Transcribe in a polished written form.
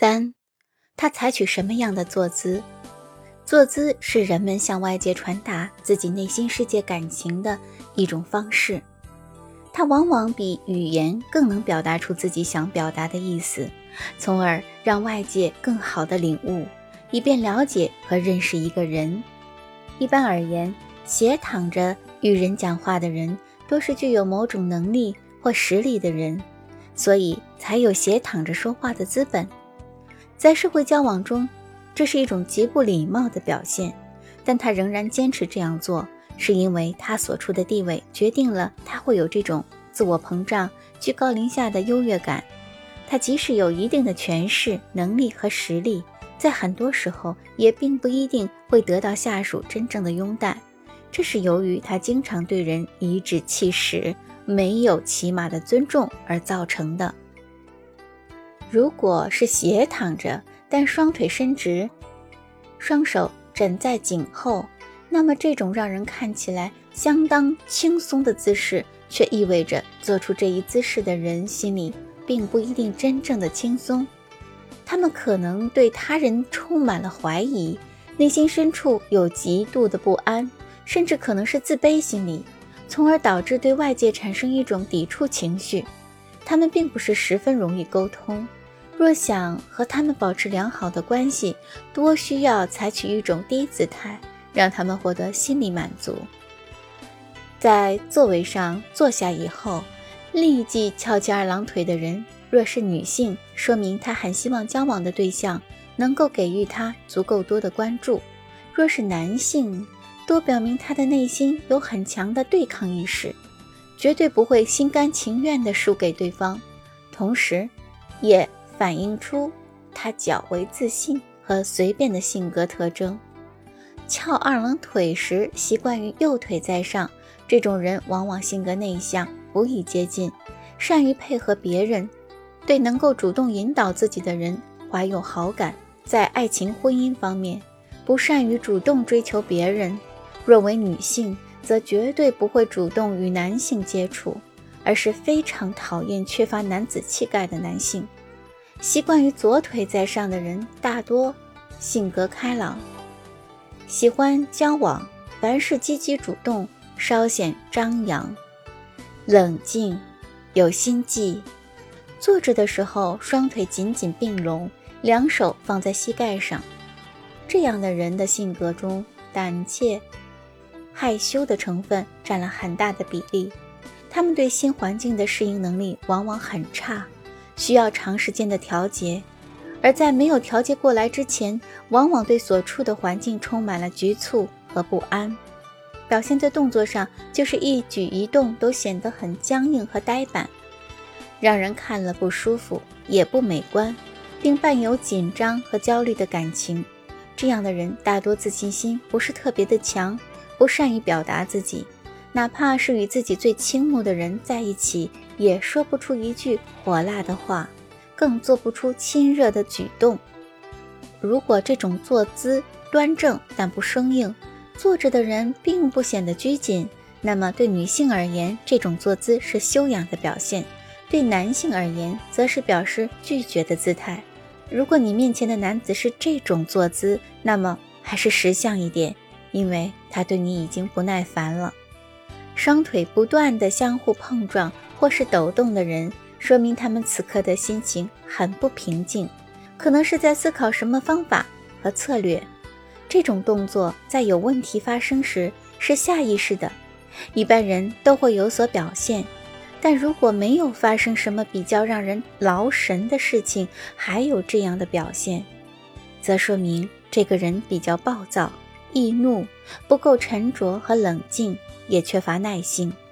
3. 他采取什么样的坐姿？坐姿是人们向外界传达自己内心世界感情的一种方式，它往往比语言更能表达出自己想表达的意思，从而让外界更好地领悟，以便了解和认识一个人。一般而言，斜躺着与人讲话的人都是具有某种能力或实力的人，所以才有斜躺着说话的资本。在社会交往中，这是一种极不礼貌的表现，但他仍然坚持这样做，是因为他所处的地位决定了他会有这种自我膨胀、居高临下的优越感。他即使有一定的权势、能力和实力，在很多时候也并不一定会得到下属真正的拥戴，这是由于他经常对人颐指气使，没有起码的尊重而造成的。如果是斜躺着，但双腿伸直，双手枕在颈后，那么这种让人看起来相当轻松的姿势，却意味着做出这一姿势的人心里并不一定真正的轻松。他们可能对他人充满了怀疑，内心深处有极度的不安，甚至可能是自卑心理，从而导致对外界产生一种抵触情绪。他们并不是十分容易沟通，若想和他们保持良好的关系，多需要采取一种低姿态，让他们获得心理满足。在座位上坐下以后，立即翘起二郎腿的人，若是女性，说明她很希望交往的对象能够给予她足够多的关注；若是男性，多表明他的内心有很强的对抗意识，绝对不会心甘情愿地输给对方，同时也反映出他较为自信和随便的性格特征。翘二郎腿时习惯于右腿在上，这种人往往性格内向，不易接近，善于配合别人，对能够主动引导自己的人怀有好感。在爱情婚姻方面，不善于主动追求别人。若为女性，则绝对不会主动与男性接触，而是非常讨厌缺乏男子气概的男性。习惯于左腿在上的人大多性格开朗，喜欢交往，凡事积极主动，稍显张扬，冷静，有心计。坐着的时候，双腿紧紧并拢，两手放在膝盖上。这样的人的性格中，胆怯、害羞的成分占了很大的比例。他们对新环境的适应能力往往很差，需要长时间的调节，而在没有调节过来之前，往往对所处的环境充满了局促和不安。表现在动作上，就是一举一动都显得很僵硬和呆板，让人看了不舒服，也不美观，并伴有紧张和焦虑的感情。这样的人大多自信心不是特别的强，不善于表达自己，哪怕是与自己最倾慕的人在一起，也说不出一句火辣的话，更做不出亲热的举动。如果这种坐姿端正但不生硬，坐着的人并不显得拘谨，那么对女性而言，这种坐姿是修养的表现；对男性而言，则是表示拒绝的姿态。如果你面前的男子是这种坐姿，那么还是识相一点，因为他对你已经不耐烦了。双腿不断地相互碰撞或是抖动的人，说明他们此刻的心情很不平静，可能是在思考什么方法和策略。这种动作在有问题发生时是下意识的，一般人都会有所表现，但如果没有发生什么比较让人劳神的事情，还有这样的表现，则说明这个人比较暴躁、易怒，不够沉着和冷静，也缺乏耐心。